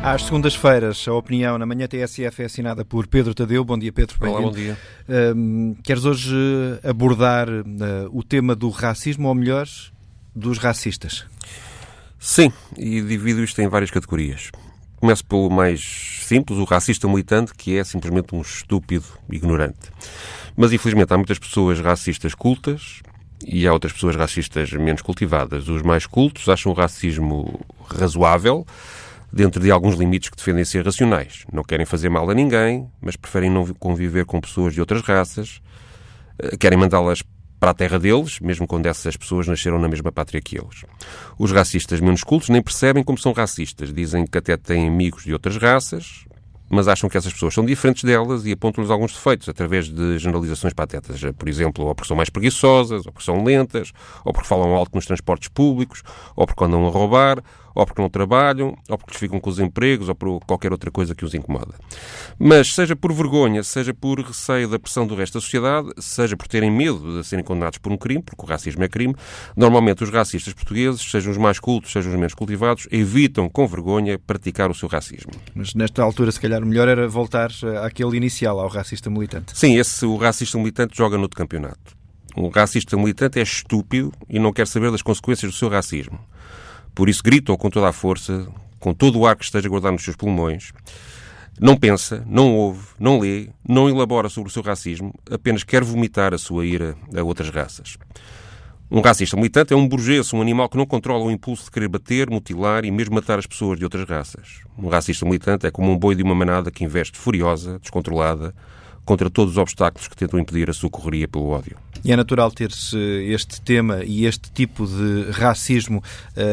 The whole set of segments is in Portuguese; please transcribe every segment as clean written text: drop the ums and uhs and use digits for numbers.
Às segundas-feiras, a opinião na manhã TSF é assinada por Pedro Tadeu. Bom dia, Pedro. Olá, bom dia. Queres hoje abordar o tema do racismo, ou melhor, dos racistas? Sim, e divido isto em várias categorias. Começo pelo mais simples, o racista militante, que é simplesmente um estúpido ignorante. Mas, infelizmente, há muitas pessoas racistas cultas e há outras pessoas racistas menos cultivadas. Os mais cultos acham o racismo razoável, dentro de alguns limites que defendem ser racionais. Não querem fazer mal a ninguém, mas preferem não conviver com pessoas de outras raças, querem mandá-las para a terra deles, mesmo quando essas pessoas nasceram na mesma pátria que eles. Os racistas menos cultos nem percebem como são racistas. Dizem que até têm amigos de outras raças, mas acham que essas pessoas são diferentes delas e apontam-lhes alguns defeitos através de generalizações patetas. Por exemplo, ou porque são mais preguiçosas, ou porque são lentas, ou porque falam alto nos transportes públicos, ou porque andam a roubar, ou porque não trabalham, ou porque lhes ficam com os empregos, ou por qualquer outra coisa que os incomoda. Mas, seja por vergonha, seja por receio da pressão do resto da sociedade, seja por terem medo de serem condenados por um crime, porque o racismo é crime, normalmente os racistas portugueses, sejam os mais cultos, sejam os menos cultivados, evitam com vergonha praticar o seu racismo. Mas nesta altura, se calhar, o melhor era voltar àquele inicial, ao racista militante. Sim, o racista militante joga no outro campeonato. O racista militante é estúpido e não quer saber das consequências do seu racismo. Por isso gritam com toda a força, com todo o ar que esteja guardado nos seus pulmões. Não pensa, não ouve, não lê, não elabora sobre o seu racismo, apenas quer vomitar a sua ira a outras raças. Um racista militante é um burguês, um animal que não controla o impulso de querer bater, mutilar e mesmo matar as pessoas de outras raças. Um racista militante é como um boi de uma manada que investe furiosa, descontrolada, contra todos os obstáculos que tentam impedir a sua correria pelo ódio. E é natural ter-se este tema e este tipo de racismo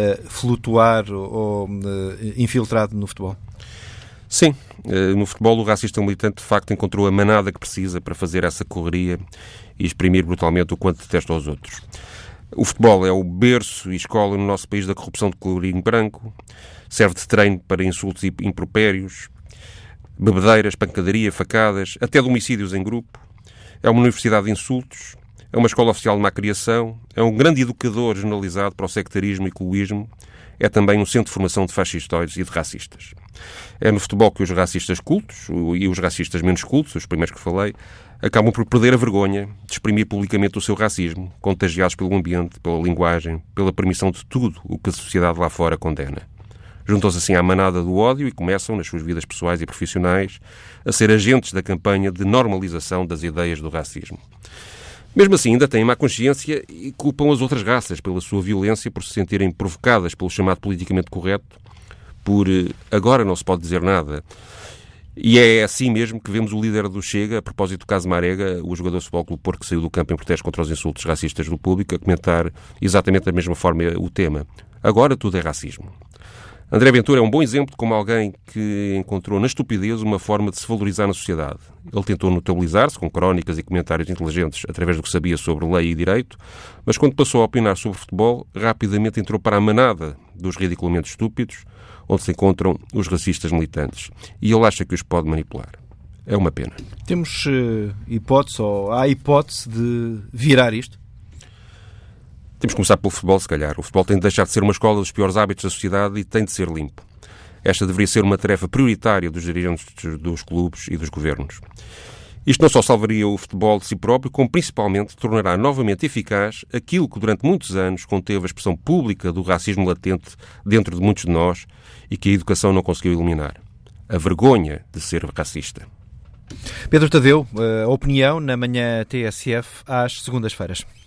flutuar ou infiltrado no futebol? Sim. No futebol, o racista militante, de facto, encontrou a manada que precisa para fazer essa correria e exprimir brutalmente o quanto detesta aos outros. O futebol é o berço e escola no nosso país da corrupção de colorinho branco, serve de treino para insultos e impropérios, bebedeiras, pancadaria, facadas, até de homicídios em grupo. É uma universidade de insultos, é uma escola oficial de má criação, é um grande educador generalizado para o sectarismo e coloísmo, é também um centro de formação de fascistoides e de racistas. É no futebol que os racistas cultos e os racistas menos cultos, os primeiros que falei, acabam por perder a vergonha de exprimir publicamente o seu racismo, contagiados pelo ambiente, pela linguagem, pela permissão de tudo o que a sociedade lá fora condena. Juntam-se assim à manada do ódio e começam, nas suas vidas pessoais e profissionais, a ser agentes da campanha de normalização das ideias do racismo. Mesmo assim, ainda têm má consciência e culpam as outras raças pela sua violência, por se sentirem provocadas pelo chamado politicamente correto, por agora não se pode dizer nada. E é assim mesmo que vemos o líder do Chega, a propósito do caso Marega, o jogador do Futebol Clube Porto que saiu do campo em protesto contra os insultos racistas do público, a comentar exatamente da mesma forma o tema. Agora tudo é racismo. André Ventura é um bom exemplo de como alguém que encontrou na estupidez uma forma de se valorizar na sociedade. Ele tentou notabilizar-se com crónicas e comentários inteligentes através do que sabia sobre lei e direito, mas quando passou a opinar sobre futebol, rapidamente entrou para a manada dos ridiculamente estúpidos, onde se encontram os racistas militantes. E ele acha que os pode manipular. É uma pena. Temos hipótese, ou há hipótese de virar isto? Temos que começar pelo futebol, se calhar. O futebol tem de deixar de ser uma escola dos piores hábitos da sociedade e tem de ser limpo. Esta deveria ser uma tarefa prioritária dos dirigentes dos clubes e dos governos. Isto não só salvaria o futebol de si próprio, como principalmente tornará novamente eficaz aquilo que durante muitos anos conteve a expressão pública do racismo latente dentro de muitos de nós e que a educação não conseguiu eliminar. A vergonha de ser racista. Pedro Tadeu, a opinião na manhã TSF às segundas-feiras.